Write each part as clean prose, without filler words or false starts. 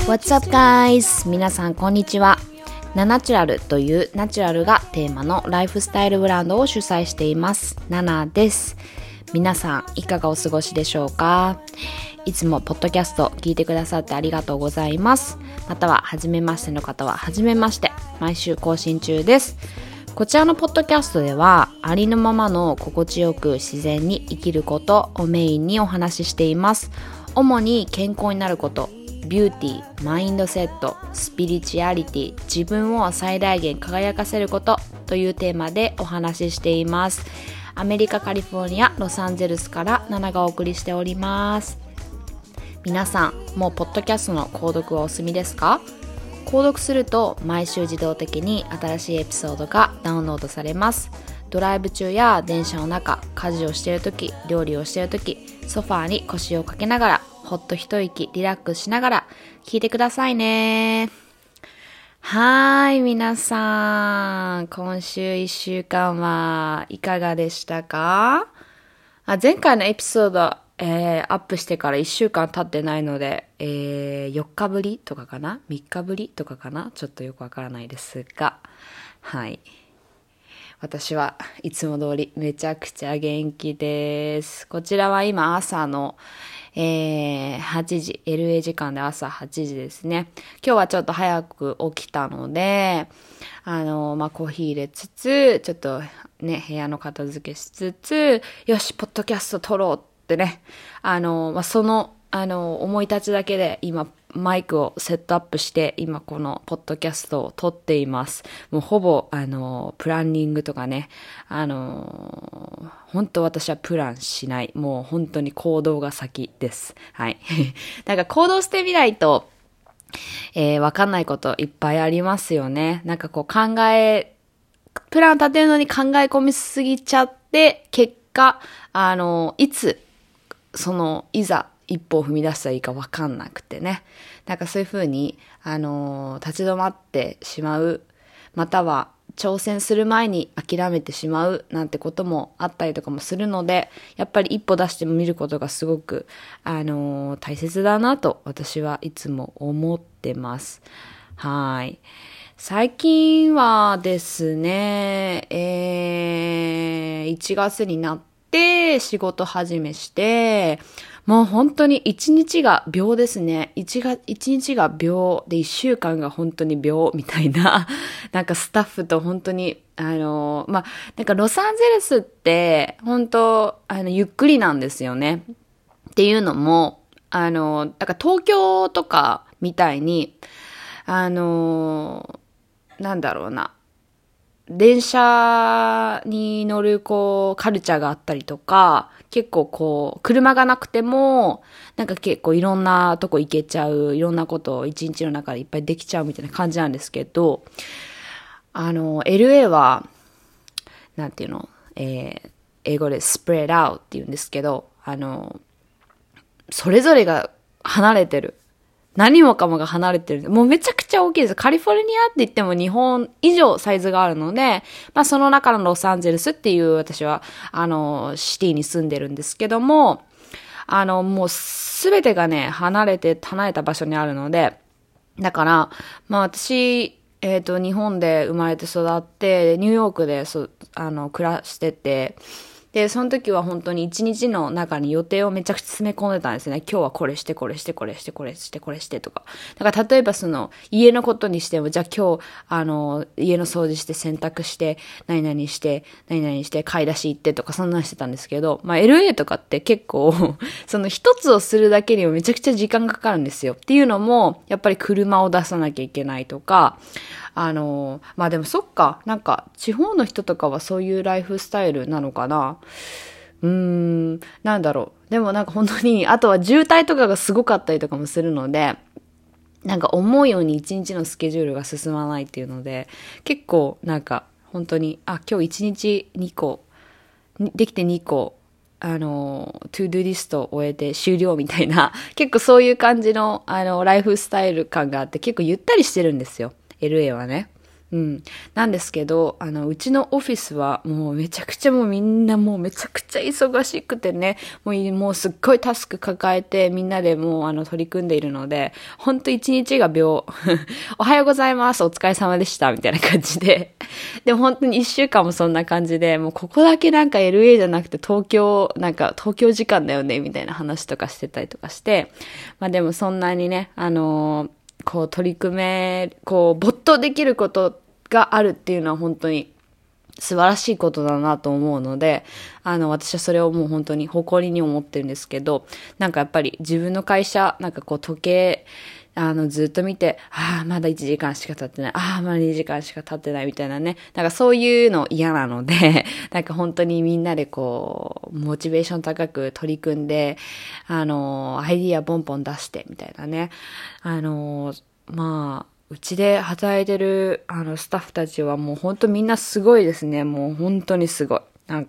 What's up guys? 皆さんこんにちは。ナナチュラルというナチュラルがテーマのライフスタイルブランドを主催していますナナです。皆さんいかがお過ごしでしょうか？いつもポッドキャスト聞いてくださってありがとうございます。または初めましての方は初めまして。毎週更新中です。こちらのポッドキャストではありのままの心地よく自然に生きることをメインにお話ししています。主に健康になること、ビューティー、マインドセット、スピリチュアリティ、自分を最大限輝かせることというテーマでお話ししています。アメリカカリフォルニアロサンゼルスからナナがお送りしております。皆さんもうポッドキャストの購読はお済みですか？購読すると毎週自動的に新しいエピソードがダウンロードされます。ドライブ中や電車の中、家事をしているとき、料理をしているとき、ソファーに腰をかけながらほっと一息リラックスしながら聞いてくださいね。はい、皆さん今週1週間はいかがでしたか？前回のエピソード、アップしてから1週間経ってないので、4日ぶりとかかな3日ぶりとかかな、ちょっとよくわからないですが、はい、私はいつも通りめちゃくちゃ元気です。こちらは今朝の、8時、LA 時間で朝8時ですね。今日はちょっと早く起きたので、コーヒー入れつつ、ちょっとね、部屋の片付けしつつ、よし、ポッドキャスト撮ろうってね、その、思い立ちだけで今、マイクをセットアップして今このポッドキャストを撮っています。もうほぼプランニングとかね、本当私はプランしない。もう本当に行動が先です。はい。なんか行動してみないと、わかんないこといっぱいありますよね。なんかこうプラン立てるのに考え込みすぎちゃって、結果、いざ一歩を踏み出したらいいか分かんなくてね。なんかそういう風に、立ち止まってしまう。または挑戦する前に諦めてしまうなんてこともあったりとかもするので、やっぱり一歩出してみることがすごく、大切だなと私はいつも思ってます。はい。最近はですね、1月になって仕事始めして、もう本当に一日が秒ですね。一日が秒で一週間が本当に秒みたいな、なんかスタッフと本当に、なんかロサンゼルスって本当、ゆっくりなんですよね。っていうのも、だから東京とかみたいに、なんだろうな。電車に乗るカルチャーがあったりとか、結構車がなくても、なんか結構いろんなとこ行けちゃう、いろんなことを一日の中でいっぱいできちゃうみたいな感じなんですけど、LA は、なんていうの、英語でスプレッドアウトって言うんですけど、それぞれが離れてる。何もかもが離れてる。もうめちゃくちゃ大きいです。カリフォルニアって言っても日本以上サイズがあるので、その中のロサンゼルスっていう私は、シティに住んでるんですけども、もうすべてがね、離れた場所にあるので、だから、私、日本で生まれて育って、ニューヨークで暮らしてて、で、その時は本当に一日の中に予定をめちゃくちゃ詰め込んでたんですね。今日はこれして、これして、これして、これして、これしてとか。だから例えば家のことにしても、じゃあ今日、家の掃除して、洗濯して、何々して、何々して、買い出し行ってとか、そんなのしてたんですけど、LA とかって結構、一つをするだけにもめちゃくちゃ時間がかかるんですよ。っていうのも、やっぱり車を出さなきゃいけないとか、でもそっか、なんか地方の人とかはそういうライフスタイルなのかな。なんだろう。でもなんか本当に、あとは渋滞とかがすごかったりとかもするので、なんか思うように一日のスケジュールが進まないっていうので、結構なんか本当に、今日一日2個、できて2個、トゥードゥリストを終えて終了みたいな、結構そういう感じの、ライフスタイル感があって、結構ゆったりしてるんですよ。LA はね。 なんですけど、うちのオフィスはもうめちゃくちゃもうみんなもうめちゃくちゃ忙しくてね、もうすっごいタスク抱えてみんなでもう取り組んでいるので、ほんと一日が秒、おはようございます、お疲れ様でした、みたいな感じで。でも本当に一週間もそんな感じで、もうここだけなんか LA じゃなくて東京時間だよね、みたいな話とかしてたりとかして、まあでもそんなにね、取り組没頭できることがあるっていうのは本当に素晴らしいことだなと思うので、私はそれをもう本当に誇りに思ってるんですけど、なんかやっぱり自分の会社、時計、ずっと見て、まだ1時間しか経ってない。まだ2時間しか経ってないみたいなね。そういうの嫌なので、本当にみんなでモチベーション高く取り組んで、アイディアボンボン出してみたいなね。うちで働いてる、スタッフたちはもう本当みんなすごいですね。もう本当にすごい。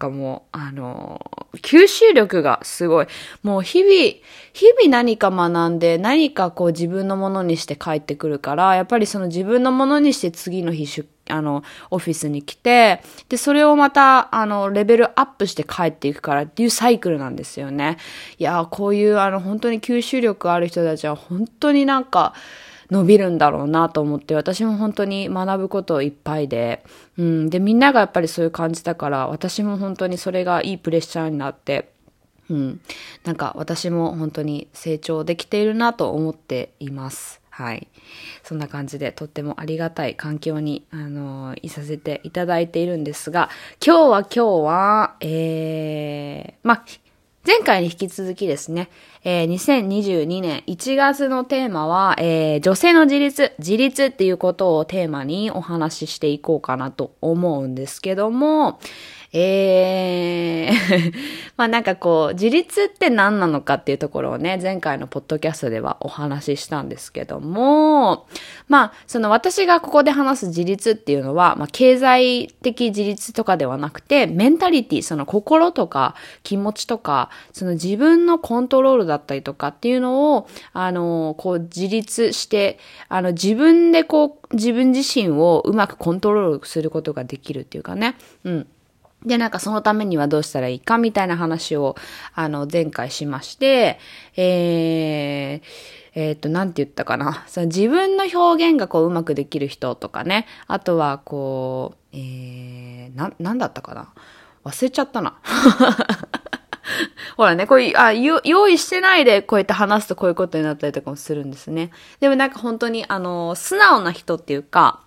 吸収力がすごい。もう日々何か学んで、何か自分のものにして帰ってくるから、やっぱりその自分のものにして次の日オフィスに来て、で、それをまた、レベルアップして帰っていくからっていうサイクルなんですよね。いやー、こういう本当に吸収力ある人たちは本当に伸びるんだろうなと思って、私も本当に学ぶこといっぱいで、で、みんながやっぱりそういう感じだから、私も本当にそれがいいプレッシャーになって、私も本当に成長できているなと思っています。はい。そんな感じで、とってもありがたい環境に、いさせていただいているんですが、今日は、前回に引き続きですね、2022年1月のテーマは、女性の自立っていうことをテーマにお話ししていこうかなと思うんですけども、自立って何なのかっていうところをね、前回のポッドキャストではお話ししたんですけども、私がここで話す自立っていうのは、経済的自立とかではなくて、メンタリティ、その心とか気持ちとか、その自分のコントロールだったりとかっていうのを、自立して、自分で自分自身をうまくコントロールすることができるっていうかね、で、そのためにはどうしたらいいかみたいな話を、前回しまして、なんて言ったかな。その自分の表現がうまくできる人とかね。あとは、なんだったかな。忘れちゃったな。ほらね、用意してないでこうやって話すとこういうことになったりとかもするんですね。でも本当に、素直な人っていうか、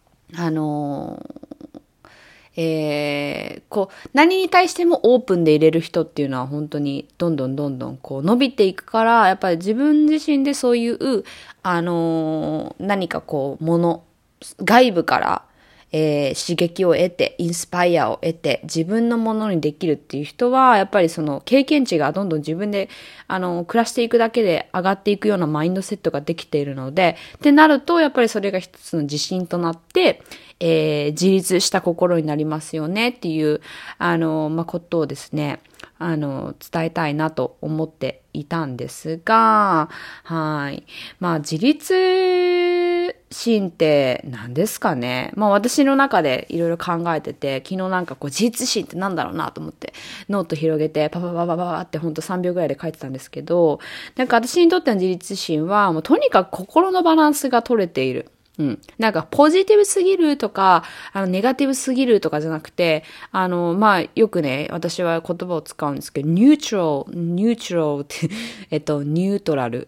何に対してもオープンで入れる人っていうのは本当にどんどん伸びていくから、やっぱり自分自身でそういう、何か外部から、刺激を得て、インスパイアを得て、自分のものにできるっていう人は、やっぱりその経験値がどんどん自分で、暮らしていくだけで上がっていくようなマインドセットができているので、ってなると、やっぱりそれが一つの自信となって、自立した心になりますよねっていう、ことをですね、伝えたいなと思っていたんですが、はい。自立心って何ですかね。私の中でいろいろ考えてて、昨日自立心って何だろうなと思って、ノート広げて、パパパパパパってほんと3秒ぐらいで書いてたんですけど、私にとっての自立心は、もうとにかく心のバランスが取れている。ポジティブすぎるとか、ネガティブすぎるとかじゃなくて、よくね、私は言葉を使うんですけど、ニュートラルって、ニュートラル。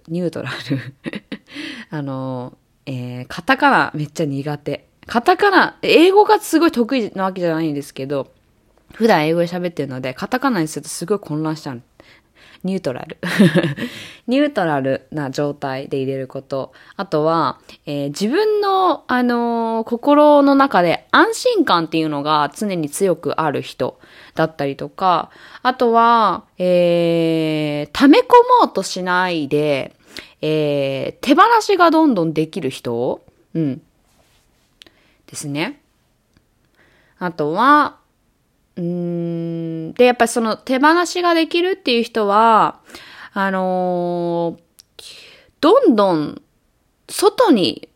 カタカナめっちゃ苦手。カタカナ、英語がすごい得意なわけじゃないんですけど、普段英語で喋ってるので、カタカナにするとすごい混乱しちゃう。ニュートラル。ニュートラルな状態で入れること。あとは、自分の、心の中で安心感っていうのが常に強くある人だったりとか、あとは、溜め込もうとしないで、手放しがどんどんできる人、ですね。あとは、で、やっぱりその手放しができるっていう人は、どんどん外に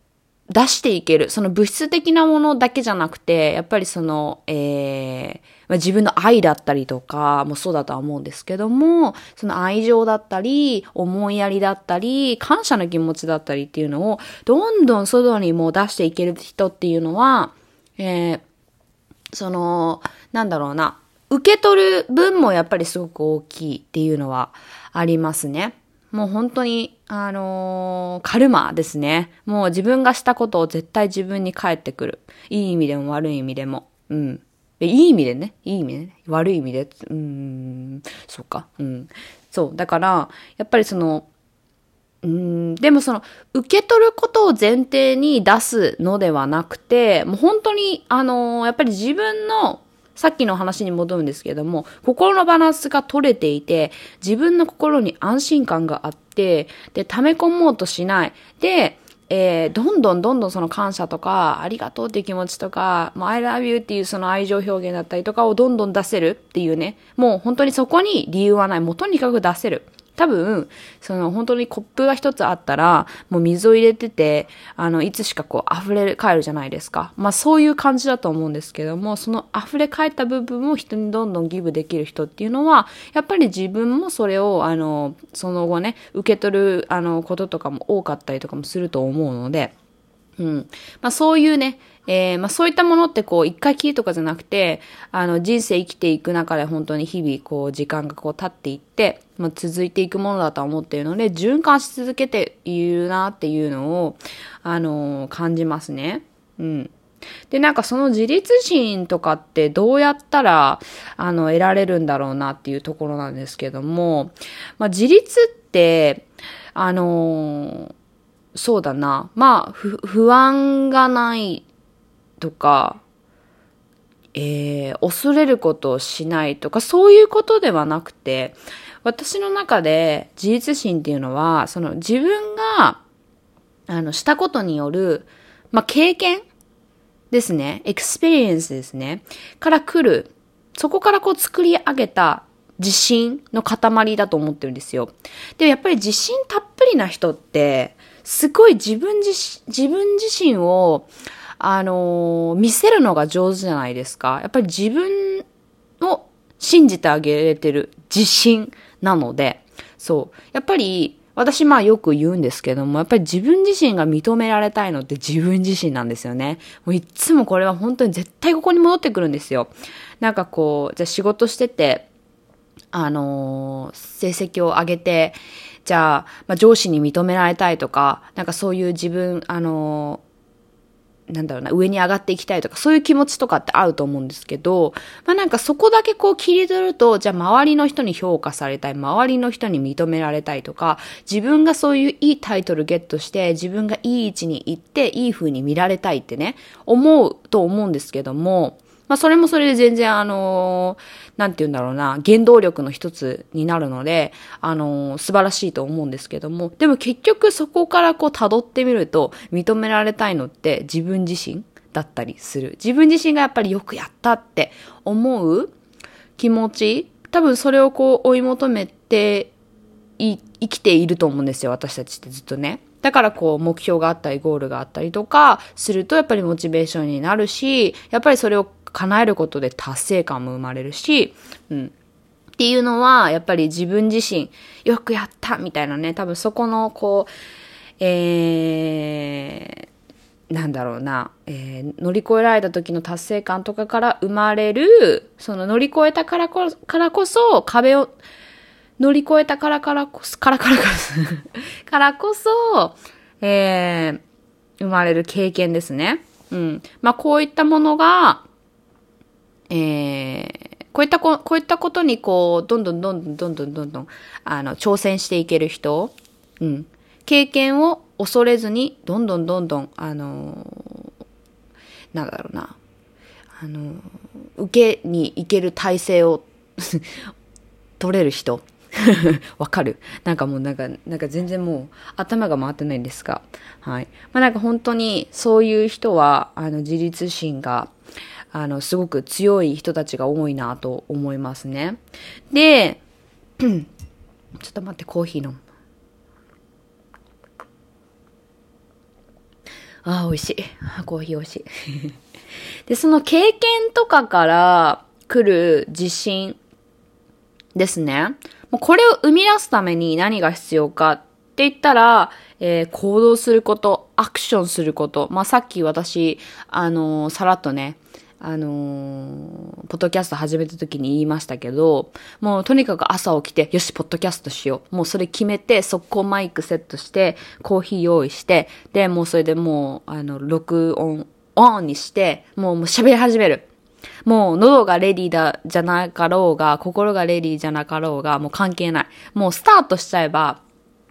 出していける。その物質的なものだけじゃなくて、やっぱりその、自分の愛だったりとかもそうだとは思うんですけども、その愛情だったり、思いやりだったり、感謝の気持ちだったりっていうのを、どんどん外にもう出していける人っていうのは、その、なんだろうな、受け取る分もやっぱりすごく大きいっていうのはありますね。もう本当に、カルマですね。もう自分がしたことを絶対自分に返ってくる。いい意味でも悪い意味でも。うん。いい意味でね。いい意味でね。悪い意味で。そうか。うん。そう。だから、やっぱりその、でもその、受け取ることを前提に出すのではなくて、もう本当に、やっぱり自分の、さっきの話に戻るんですけれども、心のバランスが取れていて、自分の心に安心感があって、で、溜め込もうとしない。で、どんどんその感謝とか、ありがとうっていう気持ちとか、もう I love you っていうその愛情表現だったりとかをどんどん出せるっていうね。もう本当にそこに理由はない。もうとにかく出せる。多分、その本当にコップが一つあったら、もう水を入れてて、いつしかこう溢れ返るじゃないですか。まあそういう感じだと思うんですけども、その溢れ返った部分を人にどんどんギブできる人っていうのは、やっぱり自分もそれを、その後ね、受け取る、こととかも多かったりとかもすると思うので、まあそういうね、まあそういったものってこう一回きりとかじゃなくて、人生生きていく中で本当に日々こう時間がこう経っていって、まあ続いていくものだと思っているので、循環し続けているなっていうのを、感じますね。で、なんかその自立心とかってどうやったら、得られるんだろうなっていうところなんですけども、まあ自立って、そうだな。まあ、不安がないとか、恐れることをしないとか、そういうことではなくて、私の中で自立心っていうのは、その自分が、したことによる、まあ、経験ですね。エクスペリエンスですね。から来る。そこからこう作り上げた自信の塊だと思ってるんですよ。でもやっぱり自信たっぷりな人って、すごい自分自身を、見せるのが上手じゃないですか。やっぱり自分を信じてあげれてる自信なので、そう。やっぱり、私まあよく言うんですけども、やっぱり自分自身が認められたいのって自分自身なんですよね。もういつもこれは本当に絶対ここに戻ってくるんですよ。なんかこう、じゃあ仕事してて、成績を上げて、じゃあ、まあ、上司に認められたいとか、なんかそういう自分、なんだろうな、上に上がっていきたいとか、そういう気持ちとかってあると思うんですけど、まあなんかそこだけこう切り取ると、じゃあ周りの人に評価されたい、周りの人に認められたいとか、自分がそういういいタイトルゲットして、自分がいい位置に行って、いい風に見られたいってね、思うと思うんですけども、まあそれもそれで全然なんて言うんだろうな、原動力の一つになるので、素晴らしいと思うんですけども、でも結局そこからこう辿ってみると、認められたいのって自分自身だったりする。自分自身がやっぱりよくやったって思う気持ち、多分それをこう追い求めて生きていると思うんですよ、私たちってずっとね。だからこう目標があったりゴールがあったりとかするとやっぱりモチベーションになるし、やっぱりそれを叶えることで達成感も生まれるし、っていうのは、やっぱり自分自身、よくやったみたいなね、多分そこの、こう、なんだろうな、乗り越えられた時の達成感とかから生まれる、その乗り越えたからこそ、壁を乗り越えたからこそ、生まれる経験ですね。まあ、こういったものが、こういったことにこう、どんどん、挑戦していける人、経験を恐れずに、どんどん、なんだろうな、受けに行ける体制を取れる人。わかる？なんか全然もう頭が回ってないんですが。はい。まあなんか本当にそういう人は、自立心が、すごく強い人たちが多いなと思いますね。で、ちょっと待って、コーヒー飲む。 美味しい。コーヒー美味しい。で、その経験とかから来る自信ですね。もうこれを生み出すために何が必要かって言ったら、行動すること、アクションすること。さっき私、さらっとね、ポッドキャスト始めた時に言いましたけど、もうとにかく朝起きて、よし、ポッドキャストしよう。もうそれ決めて、速攻マイクセットして、コーヒー用意して、で、もうそれでもう、録音、オンにして、もう喋り始める。もう喉がレディーだじゃなかろうが、心がレディーじゃなかろうが、もう関係ない。もうスタートしちゃえば、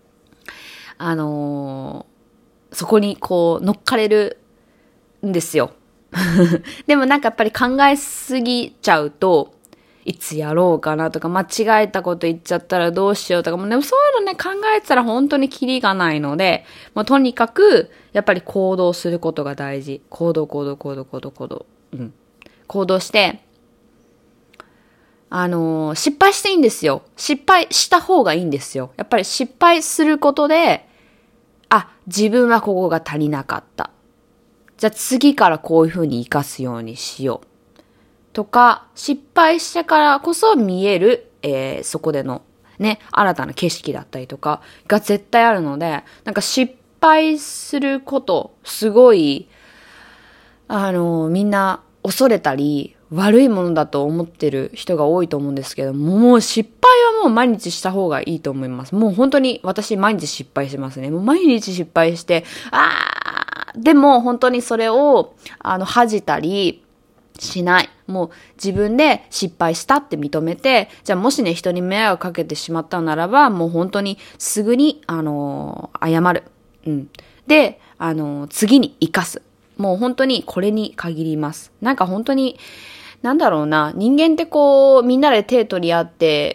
そこにこう乗っかれるんですよ。でもなんかやっぱり考えすぎちゃうと、いつやろうかなとか、間違えたこと言っちゃったらどうしようとか、もうね、そういうのね、考えてたら本当にキリがないので、もうとにかく、やっぱり行動することが大事。行動。うん。行動して、失敗していいんですよ。失敗した方がいいんですよ。やっぱり失敗することで、自分はここが足りなかった。じゃあ次からこういうふうに活かすようにしよう。とか、失敗してからこそ見える、そこでのね、新たな景色だったりとかが絶対あるので、なんか失敗すること、すごい、みんな恐れたり、悪いものだと思ってる人が多いと思うんですけどもう失敗はもう毎日した方がいいと思います。もう本当に私毎日失敗しますね。もう毎日失敗して、でも本当にそれを、恥じたりしない。もう自分で失敗したって認めて、じゃあもしね、人に迷惑かけてしまったならば、もう本当にすぐに、謝る。うん。で、次に生かす。もう本当にこれに限ります。なんか本当に、なんだろうな、人間ってこう、みんなで手取り合って、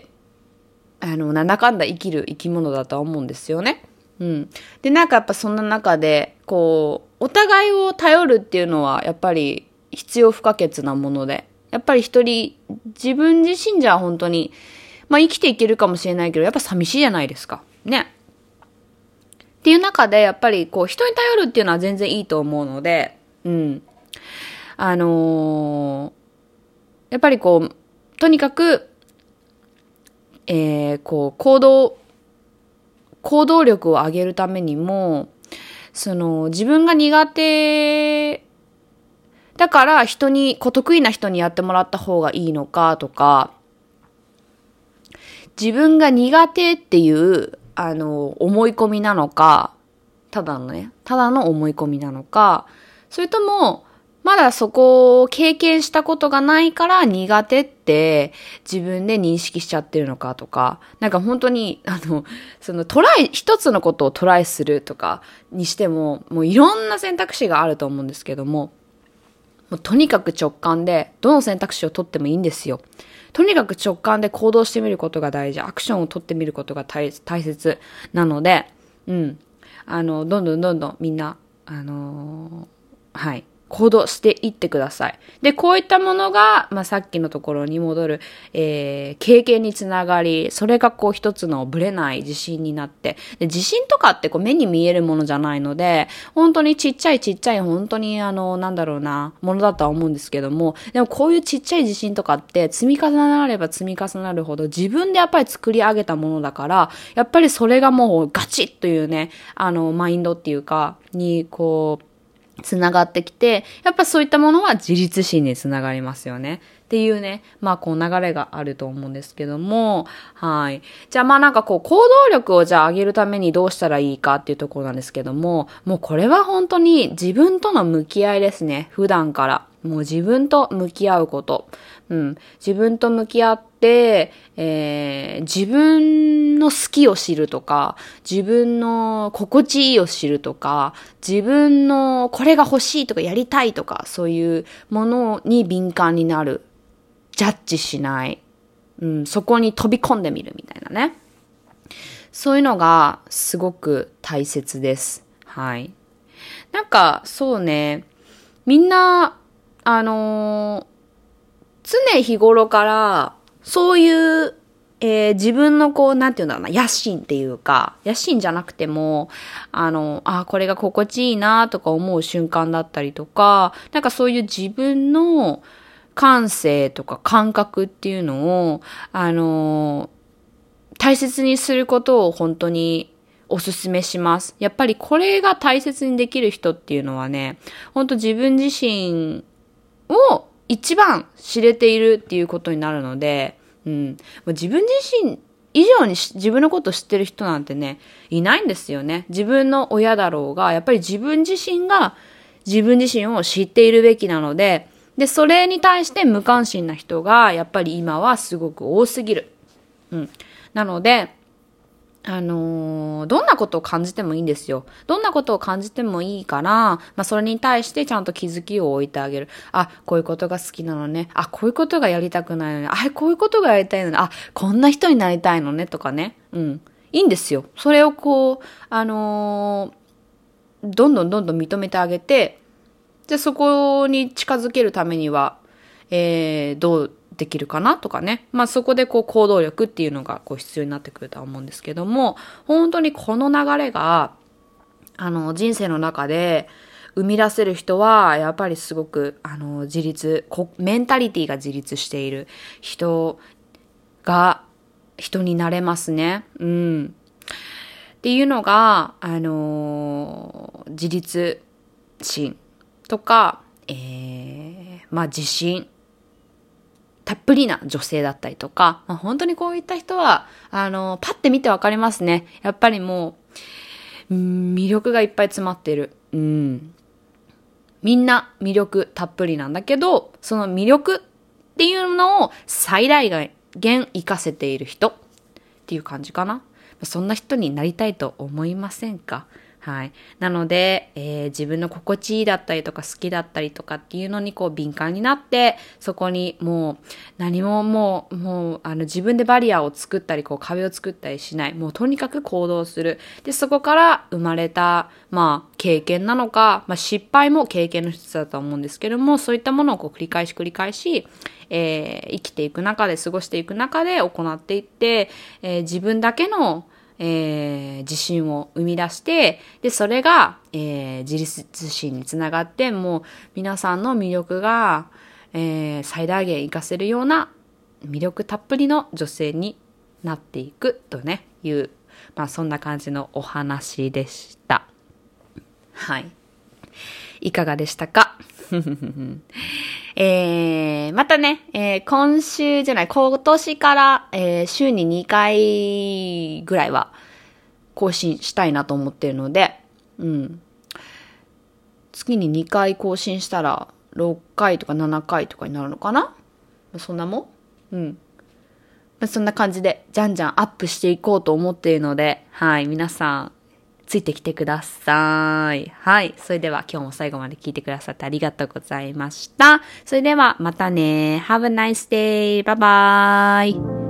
なんだかんだ生きる生き物だとは思うんですよね。うん。で、なんかやっぱそんな中で、こう、お互いを頼るっていうのは、やっぱり必要不可欠なもので、やっぱり自分自身じゃ本当に、生きていけるかもしれないけど、やっぱ寂しいじゃないですか。ね。っていう中で、やっぱりこう、人に頼るっていうのは全然いいと思うので、うん。やっぱりこう、とにかく、こう、行動力を上げるためにも、自分が苦手だから得意な人にやってもらった方がいいのかとか、自分が苦手っていう、思い込みなのか、ただの思い込みなのか、それとも、まだそこを経験したことがないから苦手って自分で認識しちゃってるのかとか、なんか本当に、一つのことをトライするとかにしても、もういろんな選択肢があると思うんですけども、もうとにかく直感で、どの選択肢を取ってもいいんですよ。とにかく直感で行動してみることが大事。アクションを取ってみることが大切なので、うん。どんどんみんな、はい。行動していってください。で、こういったものが、さっきのところに戻る、経験につながり、それがこう一つのブレない自信になって、で、自信とかってこう目に見えるものじゃないので、本当にちっちゃい本当にものだとは思うんですけども、でもこういうちっちゃい自信とかって積み重なれば積み重なるほど自分でやっぱり作り上げたものだから、やっぱりそれがもうガチッというね、マインドっていうか、にこう、つながってきて、やっぱそういったものは自立心につながりますよね。っていうね、こう流れがあると思うんですけども、はい。じゃあなんかこう行動力をじゃあ上げるためにどうしたらいいかっていうところなんですけども、もうこれは本当に自分との向き合いですね。普段から。もう自分と向き合うこと。うん。自分と向き合って、自分の好きを知るとか、自分の心地いいを知るとか、自分のこれが欲しいとかやりたいとか、そういうものに敏感になる。ジャッジしない。うん、そこに飛び込んでみるみたいなね。そういうのがすごく大切です。はい。なんか、そうね。みんな、常日頃から、そういう自分のなんていうんだろうな、野心っていうか、野心じゃなくても、これが心地いいなとか思う瞬間だったりとか、なんかそういう自分の感性とか感覚っていうのを、大切にすることを本当におすすめします。やっぱりこれが大切にできる人っていうのはね、本当自分自身を一番知れているっていうことになるので、もう自分自身以上に自分のことを知ってる人なんてね、いないんですよね。自分の親だろうが、やっぱり自分自身が自分自身を知っているべきなので、それに対して無関心な人が、やっぱり今はすごく多すぎる。なので、どんなことを感じてもいいんですよ。どんなことを感じてもいいから、それに対してちゃんと気づきを置いてあげる。あ、こういうことが好きなのね。あ、こういうことがやりたくないのね。あ、こういうことがやりたいのね。あ、こんな人になりたいのね。とかね。いいんですよ。それをどんどん認めてあげて、じゃあそこに近づけるためには、どうできるかなとかね。そこで行動力っていうのが必要になってくるとは思うんですけども、本当にこの流れが、人生の中で生み出せる人は、やっぱりすごく、メンタリティが自立している人になれますね。っていうのが、自立心とか、自信たっぷりな女性だったりとか、本当にこういった人は、パッて見てわかりますね。やっぱりもう、魅力がいっぱい詰まってる。みんな魅力たっぷりなんだけど、その魅力っていうのを最大限活かせている人っていう感じかな。そんな人になりたいと思いませんか？はい。なので、自分の心地いいだったりとか好きだったりとかっていうのに敏感になって、そこにもう何ももう自分でバリアを作ったり壁を作ったりしない。もうとにかく行動する。で、そこから生まれた、経験なのか、失敗も経験の一つだと思うんですけども、そういったものを繰り返し、生きていく中で、過ごしていく中で行っていって、自分だけの自信を生み出して、で、それが、自立心につながって、もう皆さんの魅力が、最大限活かせるような魅力たっぷりの女性になっていくとね、そんな感じのお話でした。はい。いかがでしたか？またね、今年から、週に2回ぐらいは更新したいなと思っているので、月に2回更新したら6回とか7回とかになるのかな？そんなもん？そんな感じでじゃんじゃんアップしていこうと思っているので、はい、皆さんついてきてください。はい。それでは今日も最後まで聞いてくださってありがとうございました。それではまたね。Have a nice day. Bye bye.